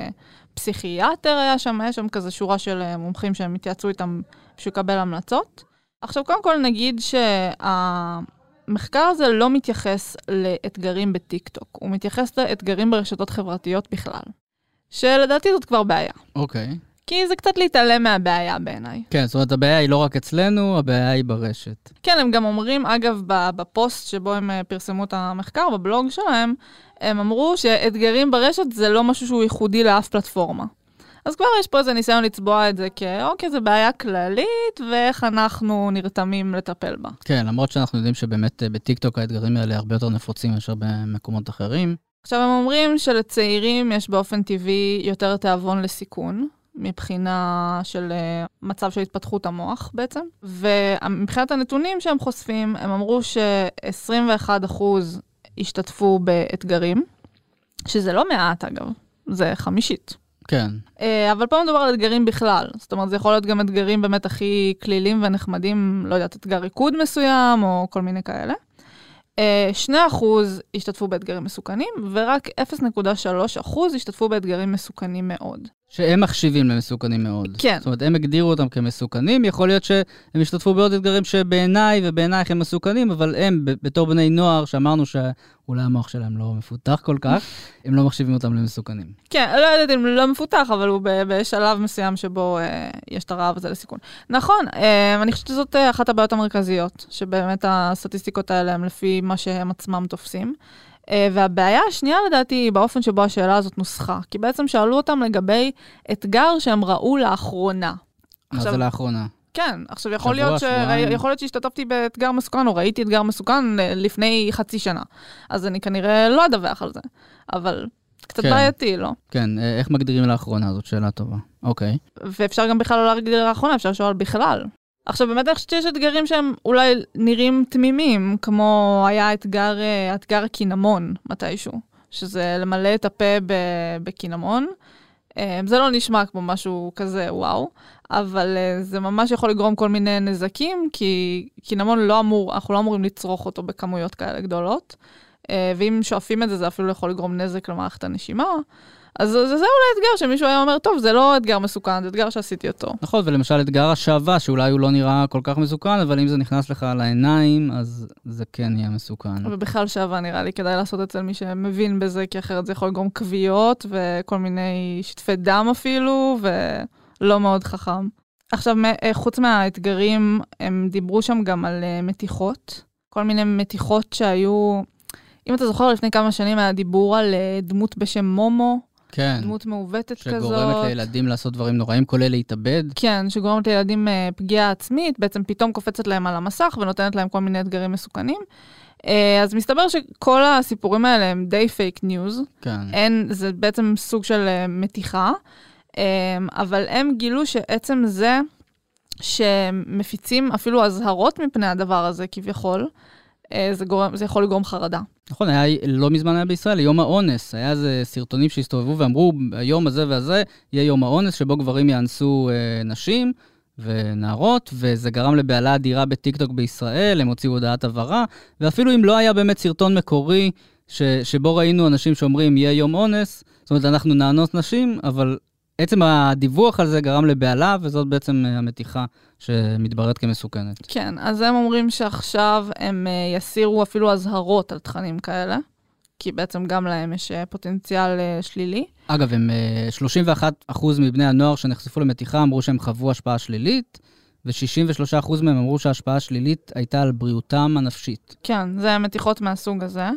[SPEAKER 3] ופסיכיאטר היה שם, היה שם כזה שורה של מומחים שהם התייעצו איתם בשביל לקבל המלצות. עכשיו, קודם כל נגיד שה... המחקר הזה לא מתייחס לאתגרים בטיקטוק, הוא מתייחס לאתגרים ברשתות חברתיות בכלל. שלדעתי זאת כבר בעיה.
[SPEAKER 2] אוקיי. Okay.
[SPEAKER 3] כי זה קצת להתעלם מהבעיה בעיניי.
[SPEAKER 2] כן, זאת אומרת, הבעיה היא לא רק אצלנו, הבעיה היא ברשת.
[SPEAKER 3] כן, הם גם אומרים, אגב, בפוסט שבו הם פרסמו את המחקר, בבלוג שלהם, הם אמרו שאתגרים ברשת זה לא משהו שהוא ייחודי לאף פלטפורמה. אז כבר יש פה איזה ניסיון לצבוע את זה כאוקיי, זה בעיה כללית, ואיך אנחנו נרתמים לטפל בה.
[SPEAKER 2] כן, למרות שאנחנו יודעים שבאמת בטיקטוק האתגרים האלה הרבה יותר נפוצים מאשר במקומות אחרים.
[SPEAKER 3] עכשיו הם אומרים שלצעירים יש באופן טבעי יותר תיאבון לסיכון, מבחינה של מצב של התפתחות המוח בעצם, ומבחינת הנתונים שהם חושפים, הם אמרו ש-עשרים ואחד אחוז השתתפו באתגרים, שזה לא מעט אגב, זה חמישית.
[SPEAKER 2] כן.
[SPEAKER 3] אבל פה מדובר על אתגרים בכלל. זאת אומרת, זה יכול להיות גם אתגרים באמת הכי כלילים ונחמדים, לא יודעת, אתגר ריקוד מסוים, או כל מיני כאלה. שני אחוז השתתפו באתגרים מסוכנים, ורק אפס נקודה שלוש אחוז השתתפו באתגרים מסוכנים מאוד.
[SPEAKER 2] שהם מחשיבים למסוכנים מאוד.
[SPEAKER 3] כן.
[SPEAKER 2] זאת אומרת, הם הגדירו אותם כמסוכנים, יכול להיות שהם השתתפו בעוד אתגרים שבעיניי ובעינייך הם מסוכנים, אבל הם, בתור בני נוער, שאמרנו שאולי המוח שלהם לא מפותח כל כך, הם לא מחשיבים אותם למסוכנים.
[SPEAKER 3] כן, לא יודעת אם לא מפותח, אבל הוא בשלב מסוים שבו אה, יש את הרעב הזה לסיכון. נכון, אה, אני חושבת שזאת אחת הבעיות המרכזיות, שבאמת הסטטיסטיקות האלה הם לפי מה שהם עצמם תופסים. והבעיה השנייה לדעתי היא באופן שבו השאלה הזאת נוסחה, כי בעצם שאלו אותם לגבי אתגר שהם ראו לאחרונה.
[SPEAKER 2] מה זה לאחרונה?
[SPEAKER 3] כן, עכשיו יכול להיות, ש... יכול להיות שהשתתפתי באתגר מסוכן, או ראיתי אתגר מסוכן לפני חצי שנה, אז אני כנראה לא אדווח על זה, אבל קצת כן. בעייתי, לא?
[SPEAKER 2] כן, איך מגדירים לאחרונה? זאת שאלה טובה. אוקיי.
[SPEAKER 3] ואפשר גם בכלל לא להגדיר לאחרונה, אפשר לשאול בכלל. עכשיו, באמת אני חושבת שיש אתגרים שהם אולי נראים תמימים, כמו היה אתגר, אתגר הקינמון מתישהו, שזה למלא את הפה בקינמון. זה לא נשמע כמו משהו כזה, וואו, אבל זה ממש יכול לגרום כל מיני נזקים, כי קינמון לא אמור, אנחנו לא אמורים לצרוך אותו בכמויות כאלה גדולות, ואם שואפים את זה, זה אפילו יכול לגרום נזק למערכת הנשימה. אז זה, זה אולי אתגר שמישהו היה אומר, טוב, זה לא אתגר מסוכן, זה אתגר שעשיתי אותו.
[SPEAKER 2] נכון, ולמשל אתגר השעווה, שאולי הוא לא נראה כל כך מסוכן, אבל אם זה נכנס לך לעיניים, אז זה כן יהיה מסוכן.
[SPEAKER 3] ובכלל שעווה נראה לי, כדאי לעשות אצל מי שמבין בזה, כי אחרת זה יכול לגרום כוויות, וכל מיני שטפי דם אפילו, ולא מאוד חכם. עכשיו, חוץ מהאתגרים, הם דיברו שם גם על מתיחות, כל מיני מתיחות שהיו, אם אתה זוכר, לפני כמה שנים היה דיבור על דמות בשם מומו,
[SPEAKER 2] כן.
[SPEAKER 3] דמות מעוותת
[SPEAKER 2] שגורמת
[SPEAKER 3] כזאת.
[SPEAKER 2] שגורמת לילדים לעשות דברים נוראים, כולל להתאבד.
[SPEAKER 3] כן, שגורמת לילדים uh, פגיעה עצמית, בעצם פתאום קופצת להם על המסך, ונותנת להם כל מיני אתגרים מסוכנים. Uh, אז מסתבר שכל הסיפורים האלה הם די פייק ניוז.
[SPEAKER 2] כן.
[SPEAKER 3] אין, זה בעצם סוג של uh, מתיחה, uh, אבל הם גילו שעצם זה, שמפיצים אפילו הזהרות מפני הדבר הזה כביכול, זה, גורם, זה יכול לגרום חרדה.
[SPEAKER 2] נכון, היה, לא מזמן היה בישראל, יום האונס. היה איזה סרטונים שהסתובבו ואמרו, היום הזה והזה יהיה יום האונס, שבו גברים יאנסו אה, נשים ונערות, וזה גרם לבעלה אדירה בטיקטוק בישראל, הם הוציאו הודעת הבהרה, ואפילו אם לא היה באמת סרטון מקורי, ש, שבו ראינו אנשים שאומרים, יהיה יום אונס, זאת אומרת, אנחנו נאנוס נשים, אבל עצם הדיווח על זה גרם לבעלה, וזאת בעצם המתיחה שמתבררת כמסוכנת.
[SPEAKER 3] כן, אז הם אומרים שעכשיו הם יסירו אפילו הזהרות על תכנים כאלה, כי בעצם גם להם יש פוטנציאל שלילי.
[SPEAKER 2] אגב, הם שלושים ואחד אחוז מבני הנוער שנחשפו למתיחה אמרו שהם חוו השפעה שלילית, ו-שישים ושלושה אחוז מהם אמרו שההשפעה השלילית הייתה על בריאותם הנפשית.
[SPEAKER 3] כן, זה מתיחות מהסוג הזה.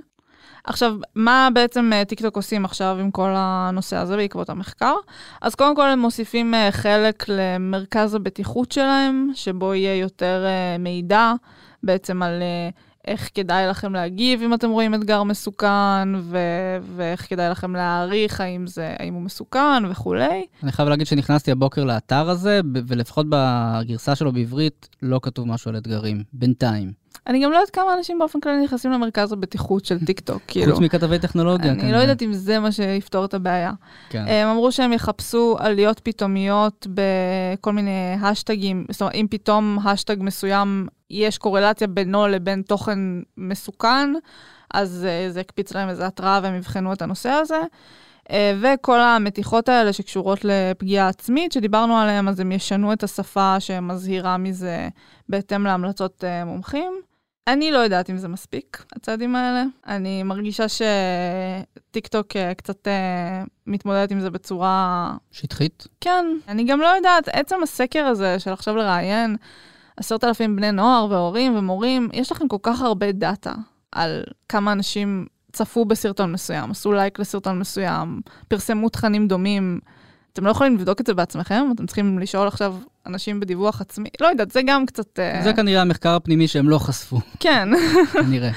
[SPEAKER 3] עכשיו, מה בעצם טיקטוק עושים עכשיו עם כל הנושא הזה בעקבות המחקר? אז קודם כל הם מוסיפים חלק למרכז הבטיחות שלהם, שבו יהיה יותר מידע בעצם על איך כדאי לכם להגיב אם אתם רואים אתגר מסוכן, ו- ואיך כדאי לכם להעריך האם, זה, האם הוא מסוכן וכולי.
[SPEAKER 2] אני חייב להגיד שנכנסתי הבוקר לאתר הזה, ולפחות בגרסה שלו בעברית לא כתוב משהו על אתגרים, בינתיים.
[SPEAKER 3] אני גם לא יודעת כמה אנשים באופן כללי נכנסים למרכז הבטיחות של טיקטוק.
[SPEAKER 2] חוץ מכתבי טכנולוגיה.
[SPEAKER 3] אני לא יודעת אם זה מה שיפתור את הבעיה.
[SPEAKER 2] כן.
[SPEAKER 3] הם אמרו שהם יחפשו עליות פתאומיות בכל מיני השטגים, זאת אומרת, אם פתאום השטג מסוים יש קורלציה בינו לבין תוכן מסוכן, אז זה יקפיץ להם איזו התראה והם יבחנו את הנושא הזה. וכל המתיחות האלה שקשורות לפגיעה עצמית שדיברנו עליהם, אז הם ישנו את השפה שמזהירה מזה בהתאם להמלצות מומחים. אני לא יודעת אם זה מספיק, הצעדים האלה. אני מרגישה שטיקטוק קצת מתמודדת עם זה בצורה...
[SPEAKER 2] שטחית?
[SPEAKER 3] כן. אני גם לא יודעת, עצם הסקר הזה של עכשיו לראיין עשרת אלפים בני נוער והורים ומורים, יש לכם כל כך הרבה דאטה על כמה אנשים צפו בסרטון מסוים, עשו לייק לסרטון מסוים, פרסמו תכנים דומים. אתם לא יכולים לבדוק את זה בעצמכם, אתם צריכים לשאול עכשיו אנשים בדיווח עצמי. לא יודעת, זה גם קצת...
[SPEAKER 2] זה כנראה המחקר הפנימי שהם לא חשפו.
[SPEAKER 3] כן.
[SPEAKER 2] כנראה.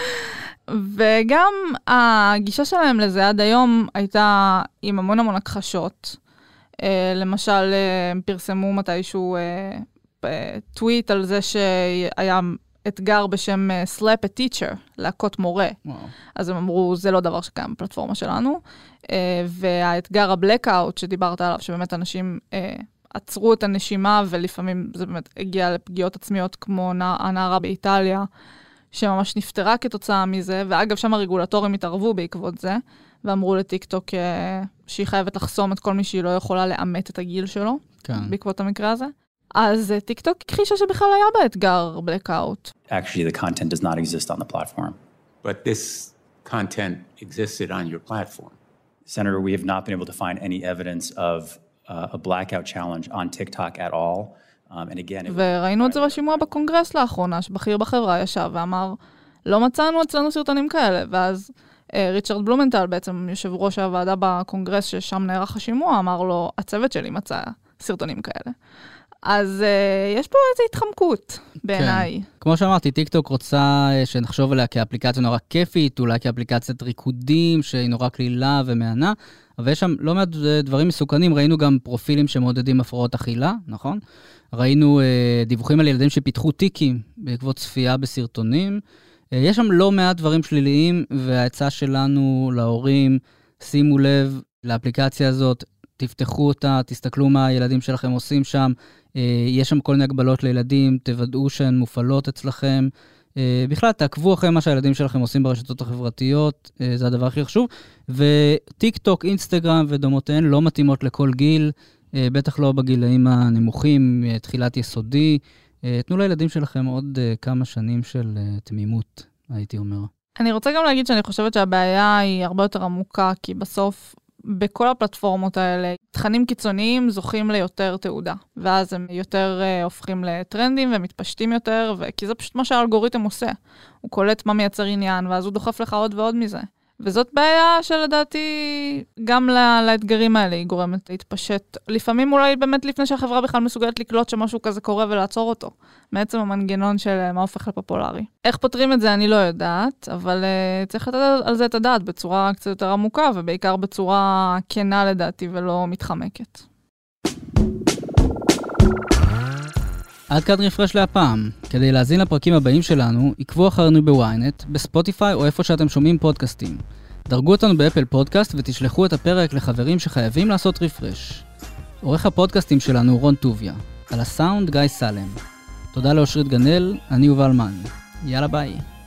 [SPEAKER 3] וגם הגישה שלהם לזה עד היום הייתה עם המון המון הכחשות. למשל, הם פרסמו מתישהו טוויט על זה שהיה אתגר בשם slap a teacher, להכות מורה. וואו. אז הם אמרו, זה לא דבר שקיים בפלטפורמה שלנו. והאתגר הבלקאוט שדיברת עליו, שבאמת אנשים עצרו את הנשימה, ולפעמים זה באמת הגיע לפגיעות עצמיות, כמו הנערה באיטליה, שממש נפטרה כתוצאה מזה, ואגב, שם הרגולטורים התערבו בעקבות זה, ואמרו לטיקטוק שהיא חייבת לחסום את כל מי שהיא לא יכולה לאמת את הגיל שלו, כן. בעקבות המקרה הזה. אז טיקטוק הכחישה שבכלל היה באתגר blackout.
[SPEAKER 7] Actually, the content does not exist on the platform.
[SPEAKER 8] But this content existed on your platform.
[SPEAKER 7] Senator, we have not been able to find any evidence of uh, a blackout challenge on TikTok at all. Um, and again, it
[SPEAKER 3] וראינו את זה בשימוע בקונגרס לאחרונה, שבכיר בחברה ישב ואמר, לא מצאנו אצלנו סרטונים כאלה, ואז ריצ'רד בלומנטל, בעצם יושב ראש הוועדה בקונגרס ששם נערך השימוע, אמר לו, הצוות שלי מצא סרטונים כאלה. אז uh, יש פה איזו התחמקות בעיניי.
[SPEAKER 2] כן. כמו שאמרתי, טיקטוק רוצה שנחשוב עליה כאפליקציה נורא כיפית, אולי כאפליקציית ריקודים, שהיא נורא כלילה ומענה, אבל יש שם לא מעט דברים מסוכנים, ראינו גם פרופילים שמעודדים הפרעות אכילה, נכון? ראינו uh, דיווחים על ילדים שפיתחו טיקים בעקבות צפייה בסרטונים, uh, יש שם לא מעט דברים שליליים, וההצעה שלנו להורים, שימו לב לאפליקציה הזאת, תפתחו אותה, תסתכלו מה הילדים שלכם עושים שם, יש שם כל מיני הגבלות לילדים, תוודאו שהן מופעלות אצלכם, בכלל תעקבו אחרי מה שהילדים שלכם עושים ברשתות החברתיות, זה הדבר הכי חשוב, וטיק טוק, אינסטגרם ודומותיהן לא מתאימות לכל גיל, בטח לא בגילאים הנמוכים, תחילת יסודי, תנו לילדים שלכם עוד כמה שנים של תמימות, הייתי אומר.
[SPEAKER 3] אני רוצה גם להגיד שאני חושבת שהבעיה היא הרבה יותר עמוקה, כי בסוף בכל הפלטפורמות האלה, תכנים קיצוניים זוכים ליותר תעודה, ואז הם יותר uh, הופכים לטרנדים ומתפשטים יותר, ו- כי זה פשוט מה שהאלגוריתם עושה. הוא קולט מה מייצר עניין, ואז הוא דוחף לך עוד ועוד מזה. וזאת בעיה שלדעתי גם לה, לאתגרים האלה היא גורמת להתפשט. לפעמים אולי באמת לפני שהחברה בכלל מסוגלת לקלוט שמשהו כזה קורה ולעצור אותו. בעצם המנגנון של מה הופך לפופולרי. איך פותרים את זה אני לא יודעת, אבל uh, צריך לתת על זה את הדעת בצורה קצת יותר עמוקה, ובעיקר בצורה כנה לדעתי ולא מתחמקת.
[SPEAKER 2] עד כאן רפרש להפעם. כדי להזין לפרקים הבאים שלנו, עקבו אחרינו בוויינט, בספוטיפיי או איפה שאתם שומעים פודקאסטים. דרגו אותנו באפל פודקאסט ותשלחו את הפרק לחברים שחייבים לעשות רפרש. עורך הפודקאסטים שלנו רון טוביה. על הסאונד גיא סלם. תודה לאושרית גנל, אני יובל מן. יאללה ביי.